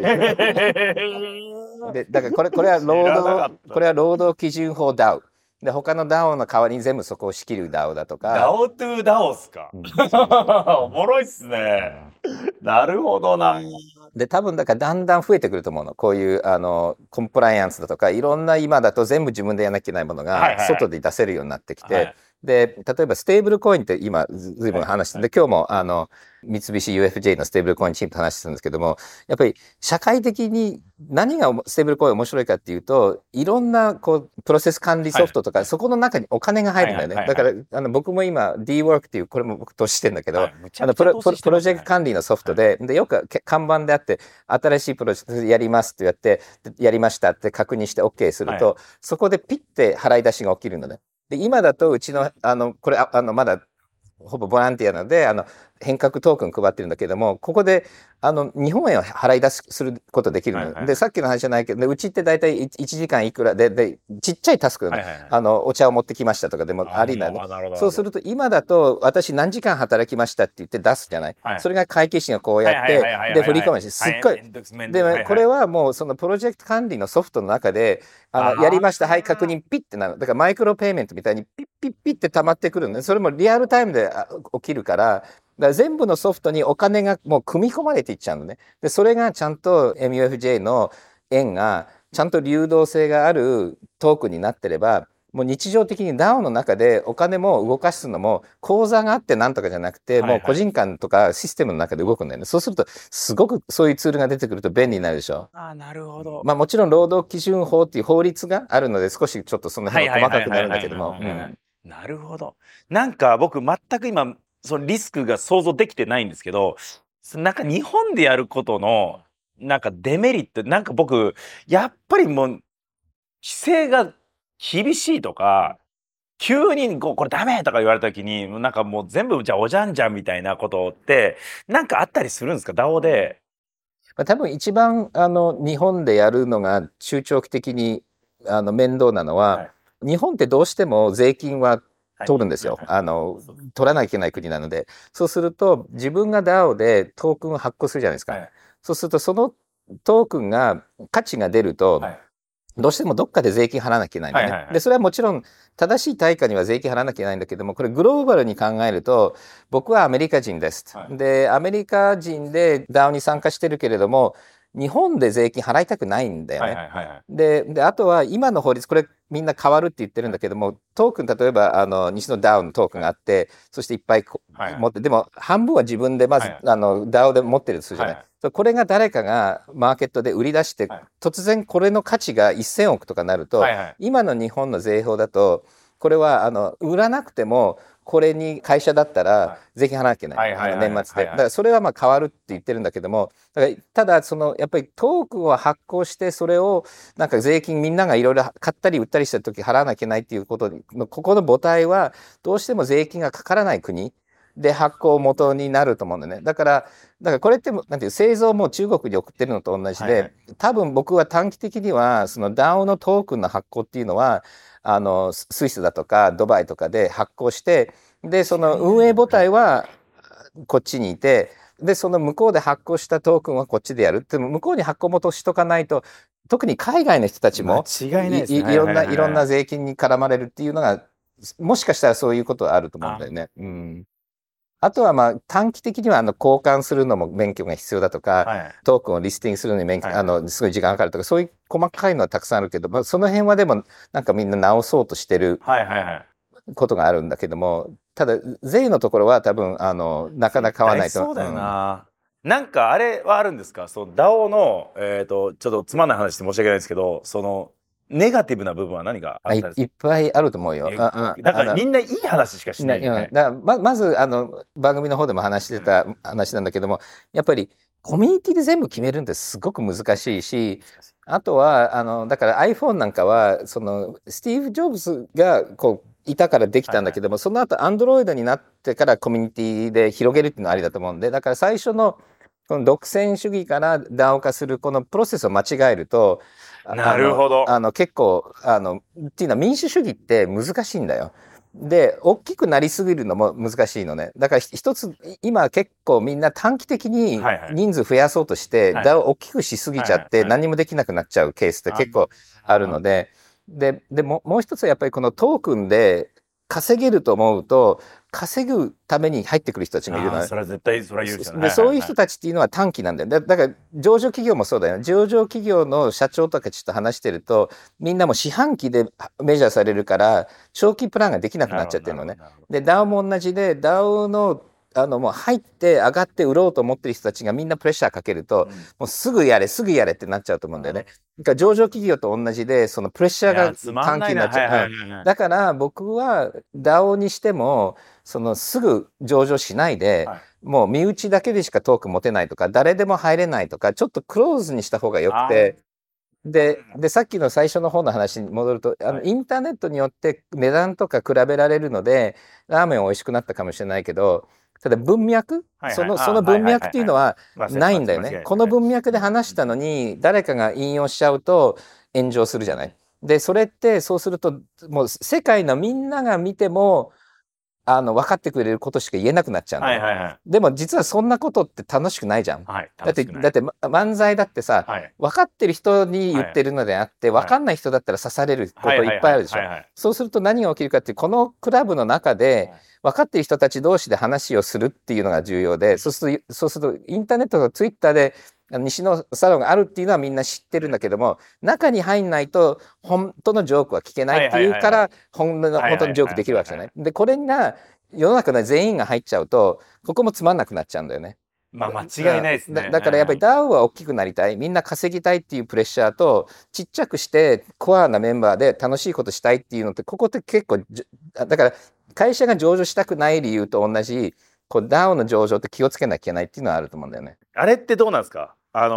でだからこれは労働基準法 DAO。で他の DAO の代わりに全部そこを仕切る DAO だとか。 DAO to DAO っすか？おもろいっすね。なるほどな。 で多分だからだんだん増えてくると思うの。こういうコンプライアンスだとかいろんな今だと全部自分でやらなきゃいけないものが外で出せるようになってきて、で例えばステーブルコインって今ずいぶん話してで今日も三菱 UFJ のステーブルコインチームと話してるんですけども、やっぱり社会的に何がステーブルコイン面白いかっていうと、いろんなこうプロセス管理ソフトとか、そこの中にお金が入るんだよね。だから僕も今 D-Work っていうこれも僕投資してるんだけど、プロジェクト管理のソフトで、よく看板であって新しいプロジェクトやりますってやってやりましたって確認して OK すると、そこでピッて払い出しが起きるのね。で今だとうちのこれまだほぼボランティアなので変革トークン配ってるんだけども、ここで日本円を払い出しすることできるの、でさっきの話じゃないけど、うちって大体1時間いくらでちっちゃいタスク、お茶を持ってきましたとかでもありなの。そうすると今だと私何時間働きましたって言って出すじゃない、それが会計士がこうやってで振り込むし、すっごいでこれはもうそのプロジェクト管理のソフトの中でやりました、はい確認ピッてなる。だからマイクロペイメントみたいにピッピッピッって溜まってくるのね。それもリアルタイムで起きるから、だから全部のソフトにお金がもう組み込まれていっちゃうのね。でそれがちゃんと MUFJ の円がちゃんと流動性があるトークンになってれば、もう日常的に DAO の中でお金も動かすのも口座があってなんとかじゃなくて、もう個人間とかシステムの中で動くんだよね。そうするとすごくそういうツールが出てくると便利になるでしょ。 なるほど。 まあもちろん労働基準法っていう法律があるので少しちょっとその辺は細かくなるんだけども。 なるほど。なんか僕全く今そのリスクが想像できてないんですけど、なんか日本でやることのなんかデメリット、なんか僕やっぱりもう規制が厳しいとか、急にこれダメとか言われた時になんかもう全部じゃあおじゃんじゃんみたいなことってなんかあったりするんですか、DAO で。 多分一番日本でやるのが中長期的に面倒なのは、日本ってどうしても税金は取るんですよ。取らなきゃいけない国なので。そうすると自分が DAO でトークンを発行するじゃないですか。そうするとそのトークンが価値が出ると、どうしてもどっかで税金払わなきゃいけないんだね。でそれはもちろん正しい対価には税金払わなきゃいけないんだけども、これグローバルに考えると、僕はアメリカ人です。でアメリカ人で DAO に参加してるけれども、日本で税金払いたくないんだよね。であとは今の法律、これみんな変わるって言ってるんだけども、トークン例えば西の DAO のトークンがあって、そしていっぱい持って、でも半分は自分でまずDAO で持ってるとするじゃない。これが誰かがマーケットで売り出して、突然これの価値が1000億とかなると、今の日本の税法だとこれは売らなくてもこれに会社だったら税金払わなきゃいけない、年末で。だからそれはまあ変わるって言ってるんだけども、ただやっぱりトークンを発行してそれをなんか税金みんながいろいろ買ったり売ったりした時払わなきゃいけないっていうことのここの母体はどうしても税金がかからない国で発行元になると思うんだよね。だからこれってなんていう製造も中国に送ってるのと同じで、多分僕は短期的にはその DAO のトークンの発行っていうのはスイスだとかドバイとかで発行して、でその運営母体はこっちにいて、でその向こうで発行したトークンはこっちでやるって、向こうに発行元しとかないと、特に海外の人たちもいろんな税金に絡まれるっていうのが、もしかしたらそういうことはあると思うんだよね。あとはまあ短期的には交換するのも免許が必要だとか、トークンをリスティングするのに免許、すごい時間かかるとか、そういう細かいのはたくさんあるけど、その辺はでもなんかみんな直そうとしてることがあるんだけども、ただ税のところは多分なかなか買わないと。 そうだよな。 なんかあれはあるんですか？その DAO の、ちょっとつまんない話で申し訳ないですけど、その、ネガティブな部分は何があったんですか？ いっぱいあると思うよ。 だからみんないい話しかしないじゃない。 だからまず番組の方でも話してた話なんだけども、やっぱりコミュニティで全部決めるんってすごく難しいし、あとはだから iPhone なんかはそのスティーブ・ジョブズがこういたからできたんだけども、その後 Android になってからコミュニティで広げるっていうのはありだと思うんで、だから最初のこの独占主義から DAO 化するこのプロセスを間違えると、 なるほど。 結構っていうのは民主主義って難しいんだよ。で、大きくなりすぎるのも難しいのね。だから一つ、今結構みんな短期的に人数増やそうとして、DAO を大きくしすぎちゃって何もできなくなっちゃうケースって結構あるので、でもう一つはやっぱりこのトークンで稼げると思うと、稼ぐために入ってくる人たちがいるのね。 それは絶対、それは言うですよね。 で、そういう人たちっていうのは短期なんだよ。だから、上場企業もそうだよね。上場企業の社長とかちょっと話してると、みんなも四半期でメジャーされるから、長期プランができなくなっちゃってるのね。で、DAO も同じで、DAO のもう入って上がって売ろうと思ってる人たちがみんなプレッシャーかけると、もうすぐやれってなっちゃうと思うんだよね。だから上場企業と同じで、そのプレッシャーが短期になっちゃう。だから僕は DAO にしても、そのすぐ上場しないで、もう身内だけでしかトーク持てないとか、誰でも入れないとか、ちょっとクローズにした方がよくて、で、さっきの最初の方の話に戻ると、インターネットによって値段とか比べられるので、ラーメン美味しくなったかもしれないけど、ただ文脈、その文脈っていうのはないんだよね。この文脈で話したのに、誰かが引用しちゃうと炎上するじゃない。で、それってそうすると、もう世界のみんなが見ても、分かってくれることしか言えなくなっちゃうんだよ。でも実はそんなことって楽しくないじゃん。だって漫才だってさ、分かってる人に言ってるのであって、分かんない人だったら刺されることいっぱいあるでしょ。そうすると何が起きるかって、このクラブの中で分かってる人たち同士で話をするっていうのが重要で、そうするとインターネットとツイッターで西のサロンがあるっていうのはみんな知ってるんだけども、中に入んないと本当のジョークは聞けないっていうから、本当のジョークできるわけじゃない。で、これが世の中の全員が入っちゃうと、ここもつまんなくなっちゃうんだよね。 まあ間違いないですね。 だからやっぱり DAO は大きくなりたい、みんな稼ぎたいっていうプレッシャーと、ちっちゃくしてコアなメンバーで楽しいことしたいっていうのって、ここって結構、だから会社が上場したくない理由と同じ、こう DAO の上場って気をつけなきゃいけないっていうのはあると思うんだよね。 あれってどうなんですか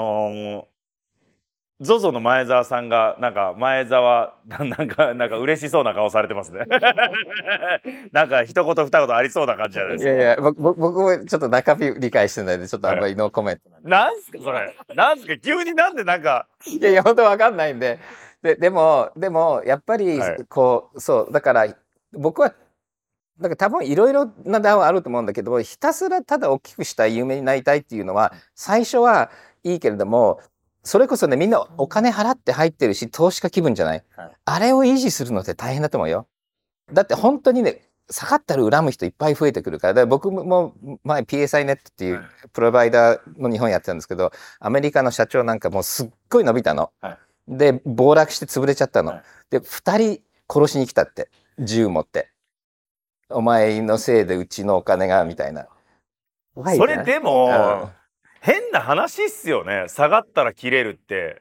？ZOZO の前澤さんが、なんか前澤、なんか嬉しそうな顔されてますね。なんか一言二言ありそうな感じじゃないですか。 いやいや、僕もちょっと中身理解してないんで、ちょっとあんまりノーコメント。 なんすかそれ。なんすか急になんでなんか。 いやいや、本当わかんないんで。でも、やっぱり、こう、そう、だから、僕は、だから多分いろいろなDAOはあると思うんだけど、ひたすらただ大きくしたい、有名になりたいっていうのは、最初はいいけれども、それこそね、みんなお金払って入ってるし、投資家気分じゃない、あれを維持するのって大変だと思うよ。だって本当にね、下がったら恨む人いっぱい増えてくるから、だから僕も前 PSI ネットっていうプロバイダーの日本やってたんですけど、アメリカの社長なんかもうすっごい伸びたの。で、暴落して潰れちゃったの。で、2人殺しに来たって、銃持って。お前のせいでうちのお金が、みたいな。 それでも、変な話っすよね。下がったら切れるって、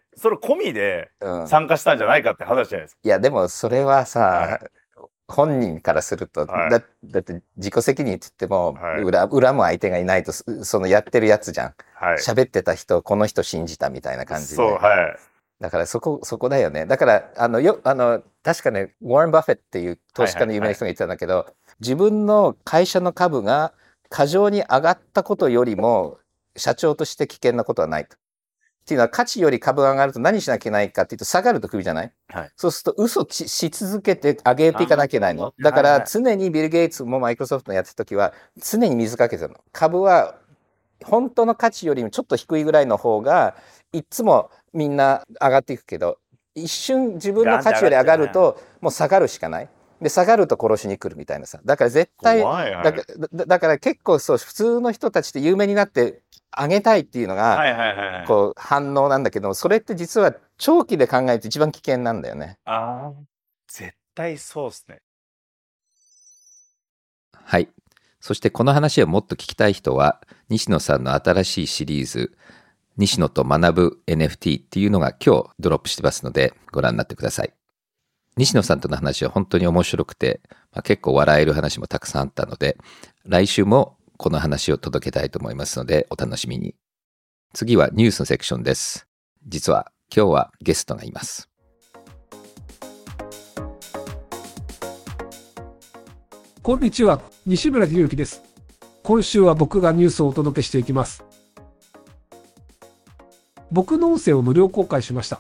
それ込みで参加したんじゃないかって話じゃないですか。 いや、でもそれはさ、本人からすると、だって自己責任って言っても、恨む相手がいないと、そのやってるやつじゃん。喋ってた人、この人信じたみたいな感じで。そう、だからそこだよね。だから、確かね、ウォーレン・バフェットっていう投資家の有名な人が言ってたんだけど、自分の会社の株が過剰に上がったことよりも、社長として危険なことはないと。っていうのは、価値より株が上がると何しなきゃいけないかっていうと、下がると首じゃない、そうすると嘘し続けて上げていかなきゃいけないの。だから常にビル・ゲイツもマイクロソフトのやってた時は、常に水かけてるの。株は本当の価値よりもちょっと低いぐらいの方が、いつもみんな上がっていくけど、一瞬自分の価値より上がると、もう下がるしかない。で、下がると殺しに来るみたいなさ。だから絶対、だから結構そう、普通の人たちって有名になって上げたいっていうのが、こう、反応なんだけど、それって実は長期で考えると一番危険なんだよね。 絶対そうっすね。 はい。 そしてこの話をもっと聞きたい人は、西野さんの新しいシリーズ、西野と学ぶ NFT っていうのが今日ドロップしてますので、ご覧になってください。西野さんとの話は本当に面白くて、結構笑える話もたくさんあったので、来週もこの話を届けたいと思いますので、お楽しみに。次はニュースのセクションです。実は今日はゲストがいます。 こんにちは、西村博之です。今週は僕がニュースをお届けしていきます。僕の音声を無料公開しました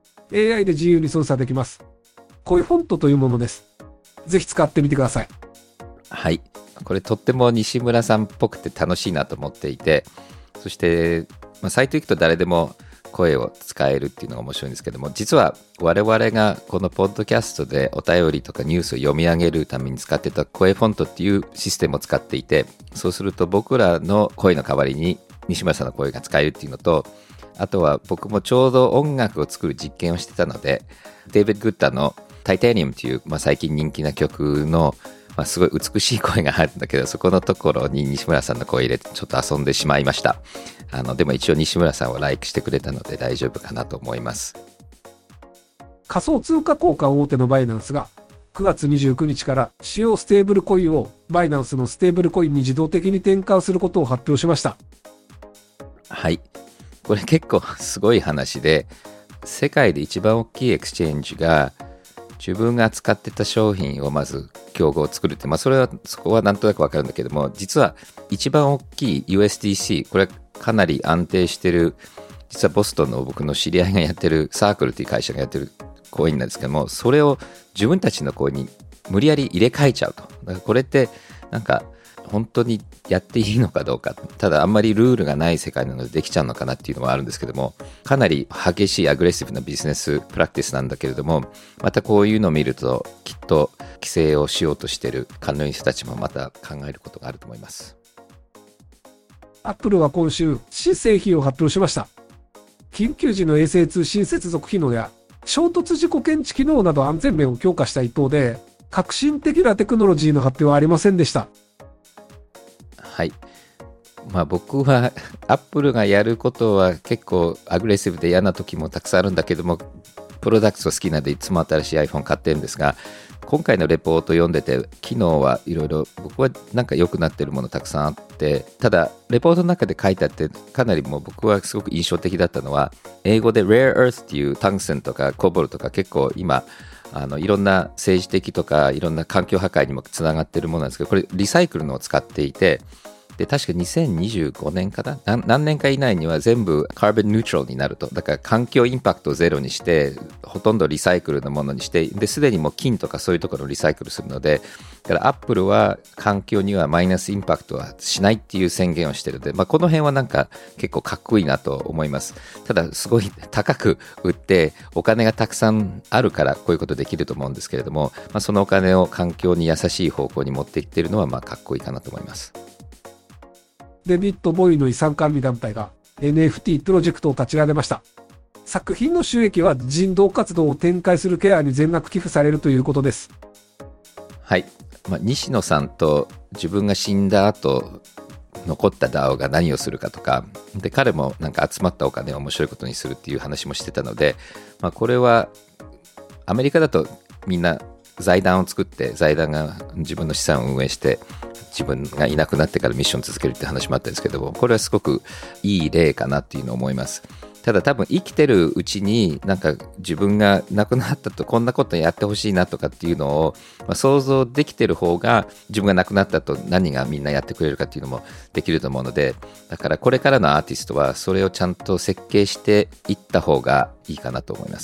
。AI で自由に操作できます。こういうフォントというものです。ぜひ使ってみてください。 はい。これとっても西村さんっぽくて楽しいなと思っていて、そして、サイト行くと誰でも声を使えるっていうのが面白いんですけども、実は我々がこのポッドキャストでお便りとかニュースを読み上げるために使ってた声フォントっていうシステムを使っていて、そうすると僕らの声の代わりに西村さんの声が使えるっていうのと、あとは僕もちょうど音楽を作る実験をしてたので、デイビッド・グッタのタイタニウムという、最近人気な曲の、すごい美しい声があるんだけど、そこのところに西村さんの声入れてちょっと遊んでしまいました。でも一応西村さんはライクしてくれたので大丈夫かなと思います。 仮想通貨交換大手のバイナンスが9月29日から使用ステーブルコインをバイナンスのステーブルコインに自動的に転換することを発表しました。 はい。これ結構すごい話で、世界で一番大きいエクスチェンジが自分が使ってた商品をまず競合を作るって、そこはなんとなくわかるんだけども、実は一番大きい USDC、これはかなり安定してる、実はボストンの僕の知り合いがやってるサークルっていう会社がやってるコインなんですけども、それを自分たちのコインに無理やり入れ替えちゃうと。だからこれってなんか本当にやっていいのかどうか、ただあんまりルールがない世界なのでできちゃうのかなっていうのはあるんですけども、かなり激しいアグレッシブなビジネスプラクティスなんだけれども、またこういうのを見るときっと規制をしようとしている関連人たちもまた考えることがあると思います。 アップルは今週新製品を発表しました。緊急時の衛星通信接続機能や衝突事故検知機能など安全面を強化した一方で、革新的なテクノロジーの発表はありませんでした。 はい。僕はアップルがやることは結構アグレッシブで嫌な時もたくさんあるんだけども、プロダクト好きなのでいつも新しい iPhone 買ってるんですが、今回のレポート読んでて機能はいろいろ僕はなんか良くなってるものたくさんあって、ただレポートの中で書いてあってかなりもう僕はすごく印象的だったのは、英語で Rare Earth っていうタングセンとかコボルとか結構今いろんな政治的とかいろんな環境破壊にもつながってるものなんですけど、これリサイクルのを使っていて、で確か2025年かな、何年か以内には全部カーボンニュートラルになると。だから環境インパクトをゼロにしてほとんどリサイクルのものにして、ですでにもう金とかそういうところをリサイクルするので、だからアップルは環境にはマイナスインパクトはしないっていう宣言をしているので、この辺はなんか結構かっこいいなと思います。ただすごい高く売ってお金がたくさんあるからこういうことできると思うんですけれども、そのお金を環境に優しい方向に持っていっているのはかっこいいかなと思います。 デビッド・ボウイの遺産管理団体が NFT プロジェクトを立ち上げました。作品の収益は人道活動を展開するケアに全額寄付されるということです。 はい。西野さんと自分が死んだ後残った DAO が何をするかとかで、彼もなんか集まったお金を面白いことにするっていう話もしてたので、これはアメリカだとみんな財団を作って、財団が自分の資産を運営して自分がいなくなってからミッション続けるって話もあったんですけども、これはすごくいい例かなっていうのを思います。ただ多分生きてるうちになんか自分が亡くなったとこんなことやってほしいなとかっていうのを、想像できてる方が、自分が亡くなったと何がみんなやってくれるかっていうのもできると思うので、だからこれからのアーティストはそれをちゃんと設計していった方がいいかなと思います。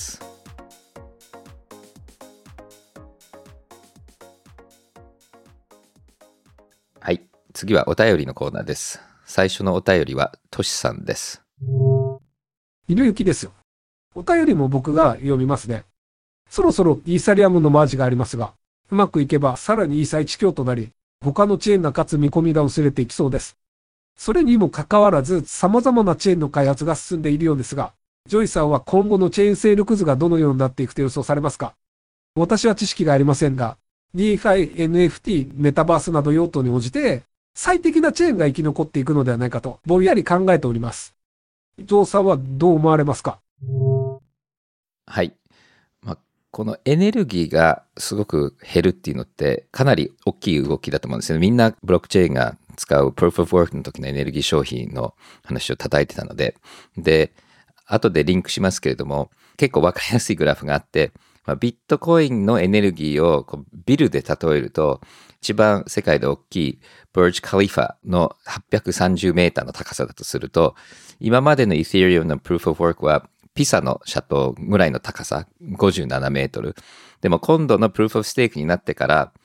はい、次はお便りのコーナーです。最初のお便りはとしさんです。 ひろゆきですよ。お便りも僕が読みますね。そろそろイーサリアムのマージがありますが、うまくいけばさらにイーサ一強となり、他のチェーンが勝つ見込みが薄れていきそうです。それにもかかわらず様々なチェーンの開発が進んでいるようですが、ジョイさんは今後のチェーン勢力図がどのようになっていくと予想されますか？私は知識がありませんが、DeFi、NFT、メタバースなど用途に応じて、 最適なチェーンが生き残っていくのではないかと、ぼんやり考えております。伊藤さんはどう思われますか？ はい。このエネルギーがすごく減るっていうのってかなり大きい動きだと思うんですよね。みんなブロックチェーンが使う Proof of Work の時のエネルギー消費の話を叩いてたので、で、後でリンクしますけれども、結構わかりやすいグラフがあって、ビットコインのエネルギーをこうビルで例えると、一番世界で大きいブルジ・カリファの830メーターの高さだとすると、今までのイーサリアムの Proof of Work はピサの斜塔ぐらいの高さ、57メートル。でも今度の Proof of Stake になってから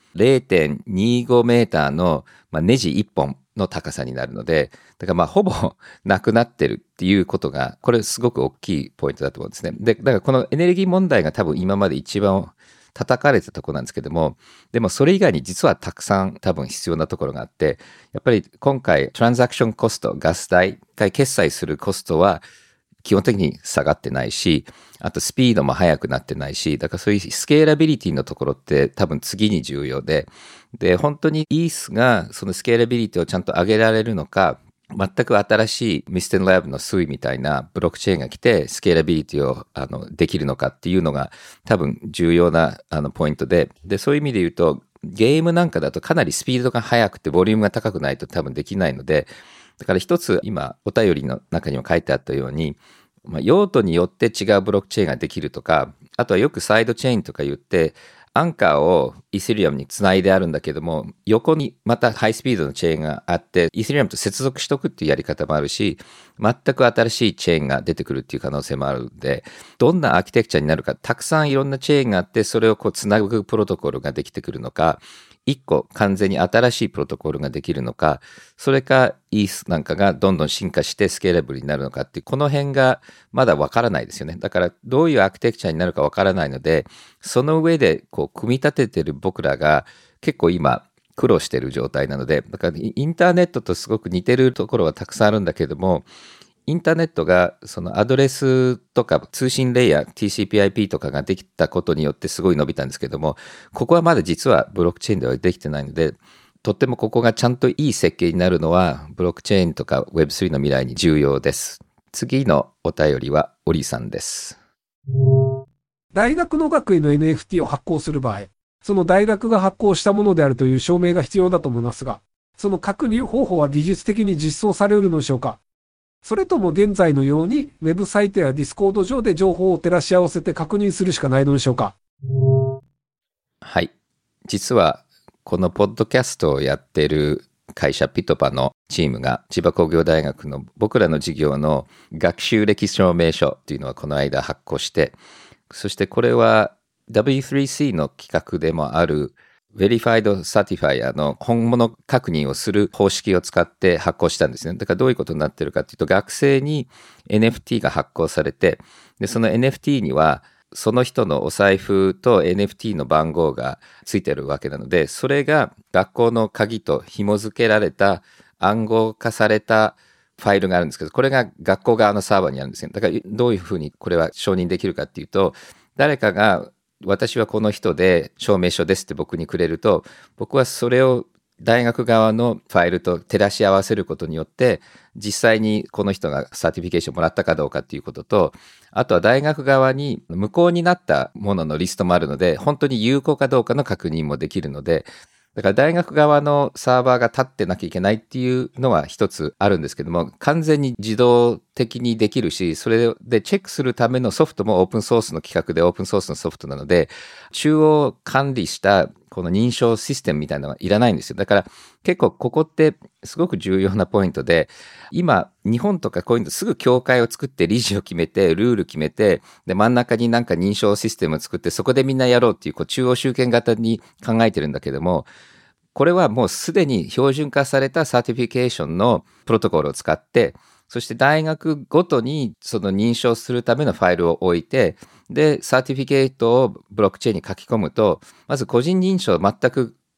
0.25 メーターのネジ1本の高さになるので、だからほぼなくなってるっていうことが、これすごく大きいポイントだと思うんですね。で、だからこのエネルギー問題が多分今まで一番叩かれたところなんですけども、でもそれ以外に実はたくさん多分必要なところがあって、やっぱり今回トランザクションコスト、ガス代、決済するコストは基本的に下がってないし、あとスピードも速くなってないし、だからそういうスケーラビリティのところって多分次に重要で、本当にイースがそのスケーラビリティをちゃんと上げられるのか、全く新しいミステンラブのスイみたいなブロックチェーンが来てスケーラビリティをできるのかっていうのが多分重要なポイントで、そういう意味で言うとゲームなんかだとかなりスピードが速くてボリュームが高くないと多分できないので、だから一つ今お便りの中にも書いてあったように、用途によって違うブロックチェーンができるとか、あとはよくサイドチェーンとか言って、アンカーをイーサリアムにつないであるんだけども、横にまたハイスピードのチェーンがあって、イーサリアムと接続しとくっていうやり方もあるし、全く新しいチェーンが出てくるっていう可能性もあるんで、どんなアーキテクチャになるか、たくさんいろんなチェーンがあって、それをこうつなぐプロトコルができてくるのか、一個完全に新しいプロトコルができるのか、それかイースなんかがどんどん進化してスケーラブルになるのかっていう、この辺がまだわからないですよね。だからどういうアーキテクチャになるかわからないので、その上でこう組み立ててる僕らが結構今苦労してる状態なので、だからインターネットとすごく似てるところはたくさんあるんだけども、インターネットがそのアドレスとか通信レイヤー TCP/IP とかができたことによってすごい伸びたんですけども、ここはまだ実はブロックチェーンではできてないので、とってもここがちゃんといい設計になるのはブロックチェーンとか Web3 の未来に重要です。次のお便りはオリさんです。 大学の学位の NFT を発行する場合、その大学が発行したものであるという証明が必要だと思いますが、その確認方法は技術的に実装されるのでしょうか？それとも現在のようにウェブサイトやディスコード上で情報を照らし合わせて確認するしかないのでしょうか？ はい。実はこのポッドキャストをやっている会社ピトパのチームが千葉工業大学の僕らの授業の学習歴史証明書っていうのはこの間発行して、そしてこれは W3C の企画でもあるVerified Certifier の本物確認をする方式を使って発行したんですね。だからどういうことになってるかっていうと、学生に NFT が発行されて、でその NFT にはその人のお財布と NFT の番号がついてるわけなので、それが学校の鍵と紐付けられた暗号化されたファイルがあるんですけど、これが学校側のサーバーにあるんですね。だからどういうふうにこれは承認できるかっていうと、誰かが私はこの人で証明書ですって僕にくれると、僕はそれを大学側のファイルと照らし合わせることによって、実際にこの人がサーティフィケーションもらったかどうかっていうことと、あとは大学側に無効になったもののリストもあるので、本当に有効かどうかの確認もできるので、だから大学側のサーバーが立ってなきゃいけないっていうのは一つあるんですけども、完全に自動的にできるし、それでチェックするためのソフトもオープンソースの企画でオープンソースのソフトなので、中央管理したこの認証システムみたいなのはいらないんですよ。だから結構ここってすごく重要なポイントで、今日本とかこういうのすぐ協会を作って理事を決めてルール決めて、で真ん中になんか認証システムを作ってそこでみんなやろうっていう、こう中央集権型に考えてるんだけども、これはもうすでに標準化されたサーティフィケーションのプロトコルを使って、そして大学ごとにその認証するためのファイルを置いて、でサーティフィケートをブロックチェーンに書き込むと、まず個人認証全く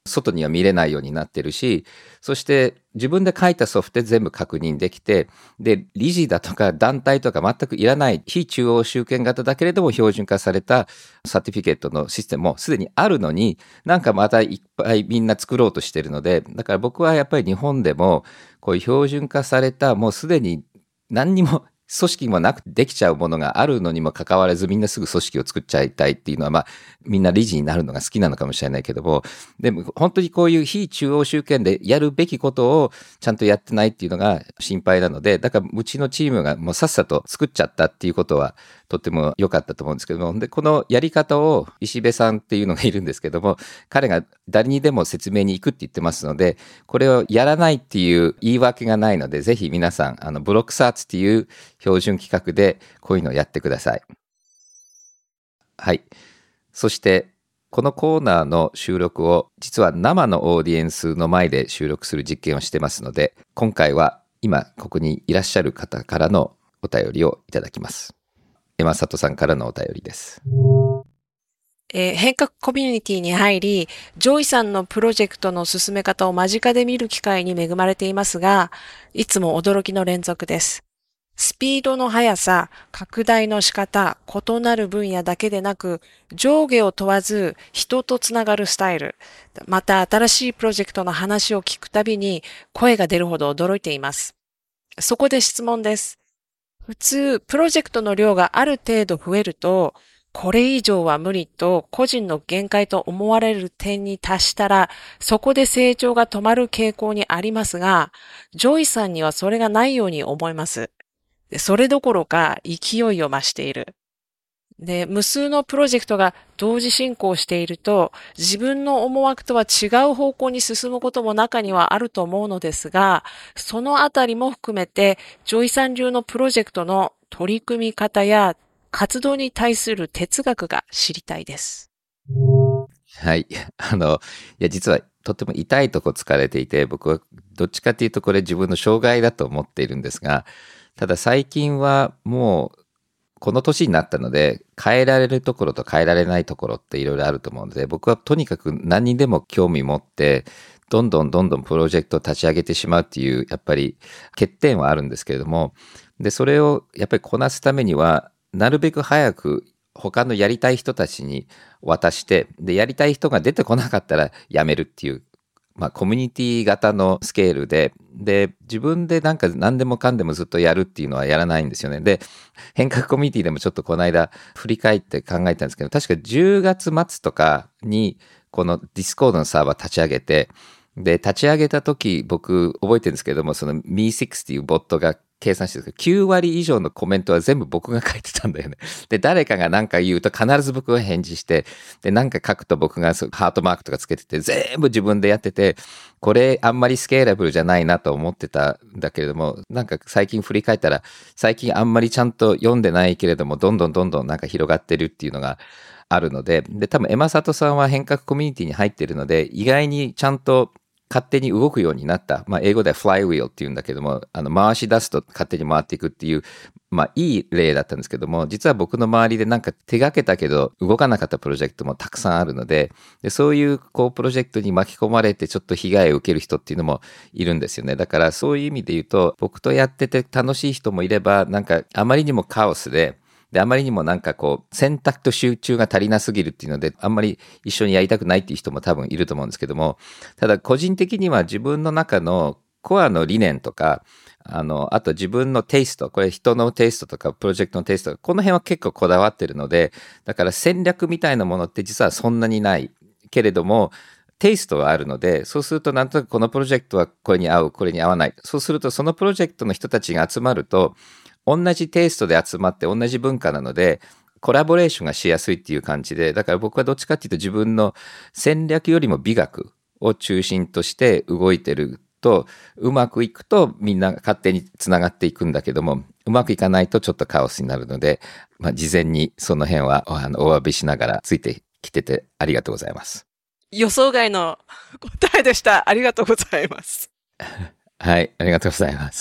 外には見れないようになってるし、そして自分で書いたソフトで全部確認できて、で、理事だとか団体とか全くいらない非中央集権型だけれども標準化されたサティフィケートのシステムもすでにあるのに、なんかまたいっぱいみんな作ろうとしてるので、だから僕はやっぱり日本でもこういう標準化されたもうすでに何にも組織もなくできちゃうものがあるのにもかかわらずみんなすぐ組織を作っちゃいたいっていうのはまあみんな理事になるのが好きなのかもしれないけども、でも本当にこういう非中央集権でやるべきことをちゃんとやってないっていうのが心配なので、だからうちのチームがもうさっさと作っちゃったっていうことはとっても良かったと思うんですけども、でこのやり方を石部さんっていうのがいるんですけども、彼が誰にでも説明に行くって言ってますので、これをやらないっていう言い訳がないので、ぜひ皆さんブロックサーツっていう標準規格でこういうのをやってください。はい。そしてこのコーナーの収録を実は生のオーディエンスの前で収録する実験をしてますので、今回は今ここにいらっしゃる方からのお便りをいただきます。山里さんからのお便りです。 変革コミュニティに入り、ジョイさんのプロジェクトの進め方を間近で見る機会に恵まれていますが、いつも驚きの連続です。スピードの速さ、拡大の仕方、異なる分野だけでなく、上下を問わず人とつながるスタイル、また新しいプロジェクトの話を聞くたびに声が出るほど驚いています。そこで質問です。普通、プロジェクトの量がある程度増えると、これ以上は無理と個人の限界と思われる点に達したら、そこで成長が止まる傾向にありますが、ジョイさんにはそれがないように思います。それどころか勢いを増している。で、無数のプロジェクトが同時進行していると、自分の思惑とは違う方向に進むことも中にはあると思うのですが、そのあたりも含めて、ジョイさん流のプロジェクトの取り組み方や活動に対する哲学が知りたいです。 はい。いや、実はとっても痛いとこ疲れていて、僕はどっちかっていうとこれ自分の障害だと思っているんですが、ただ最近はもうこの年になったので、変えられるところと変えられないところっていろいろあると思うので、僕はとにかく何にでも興味持って、どんどんプロジェクトを立ち上げてしまうっていう、やっぱり欠点はあるんですけれども、で、それをやっぱりこなすためには、なるべく早く他のやりたい人たちに渡して、で、やりたい人が出てこなかったらやめるっていう、コミュニティ型のスケールで、自分でなんか何でもかんでもずっとやるっていうのはやらないんですよね。で、変革コミュニティでもちょっとこの間振り返って考えたんですけど、確か10月末とかにこのディスコードのサーバー立ち上げて、で、立ち上げた時僕覚えてるんですけども、その Me6 っていうボットが計算してるんですけど、9割以上のコメントは全部僕が書いてたんだよね。で、誰かが何か言うと必ず僕が返事して、で、何か書くと僕がハートマークとかつけてて、全部自分でやってて、これあんまりスケーラブルじゃないなと思ってたんだけれども、なんか最近振り返ったら、最近あんまりちゃんと読んでないけれども、どんどんなんか広がってるっていうのがあるので、多分山里さんは変革コミュニティに入ってるので、意外にちゃんと勝手に動くようになった。英語ではフライウィールっていうんだけども、回し出すと勝手に回っていくっていう、いい例だったんですけども、実は僕の周りでなんか手がけたけど動かなかったプロジェクトもたくさんあるので、そういうプロジェクトに巻き込まれてちょっと被害を受ける人っていうのもいるんですよね。だからそういう意味で言うと、僕とやってて楽しい人もいれば、なんかあまりにもカオスで、あまりにもなんか選択と集中が足りなすぎるっていうので、あんまり一緒にやりたくないっていう人も多分いると思うんですけども、ただ個人的には自分の中のコアの理念とか、あと自分のテイスト、これ人のテイストとかプロジェクトのテイスト、この辺は結構こだわってるので、だから戦略みたいなものって実はそんなにないけれども、テイストはあるので、そうするとなんとなくこのプロジェクトはこれに合う、これに合わない。そうするとそのプロジェクトの人たちが集まると、同じテイストで集まって同じ文化なので、コラボレーションがしやすいっていう感じで、だから僕はどっちかっていうと自分の戦略よりも美学を中心として動いてると、うまくいくとみんな勝手につながっていくんだけども、うまくいかないとちょっとカオスになるので、事前にその辺はお詫びしながらついてきててありがとうございます。 予想外の答えでした。ありがとうございます。 はい、ありがとうございます。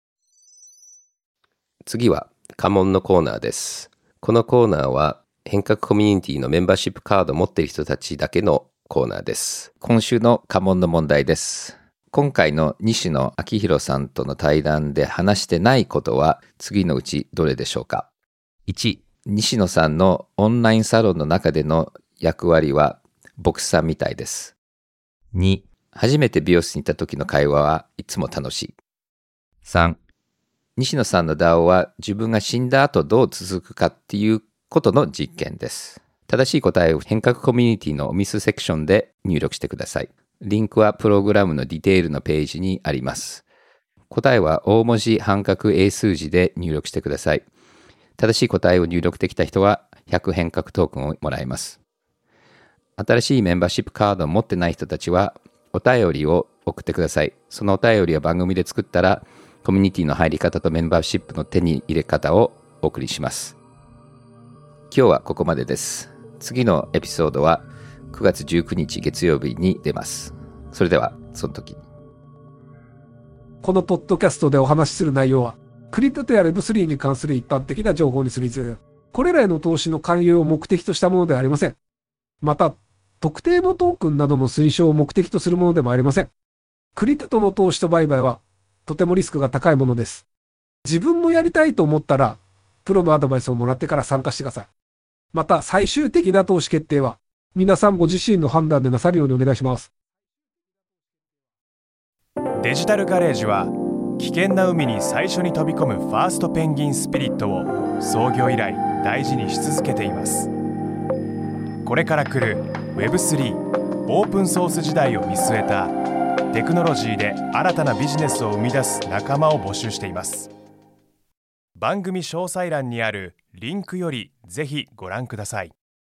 次は家紋のコーナーです。このコーナーは変革コミュニティのメンバーシップカードを持っている人たちだけのコーナーです。今週の家紋の問題です。今回の西野昭弘さんとの対談で話してないことは次のうちどれでしょうか。1、西野さんのオンラインサロンの中での役割は牧師さんみたいです。2、初めて美容室に行った時の会話はいつも楽しい。3、西野さんの DAO は自分が死んだ後どう続くかっていうことの実験です。正しい答えを変革コミュニティのミスセクションで入力してください。リンクはプログラムのディテールのページにあります。答えは大文字半角英数字で入力してください。正しい答えを入力できた人は100変革トークンをもらえます。新しいメンバーシップカードを持ってない人たちはお便りを送ってください。そのお便りは番組で作ったらコミュニティの入り方とメンバーシップの手に入れ方をお送りします。今日はここまでです。次のエピソードは9月19日月曜日に出ます。それではその時に。 このポッドキャストでお話しする内容はクリプトや Web3 に関する一般的な情報にするにつれ、これらへの投資の勧誘を目的としたものではありません。また特定のトークンなどの推奨を目的とするものでもありません。クリプトの投資と売買はとてもリスクが高いものです。自分もやりたいと思ったらプロのアドバイスをもらってから参加してください。また最終的な投資決定は皆さんご自身の判断でなさるようにお願いします。 デジタルガレージは危険な海に最初に飛び込むファーストペンギンスピリットを創業以来大事にし続けています。これから来る Web3 オープンソース時代を見据えたテクノロジーで新たなビジネスを生み出す仲間を募集しています。番組詳細欄にあるリンクよりぜひご覧ください。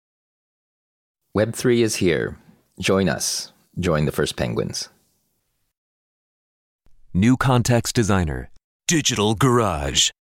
Web3 is here. Join us. Join the first penguins. New Context Designer. Digital Garage.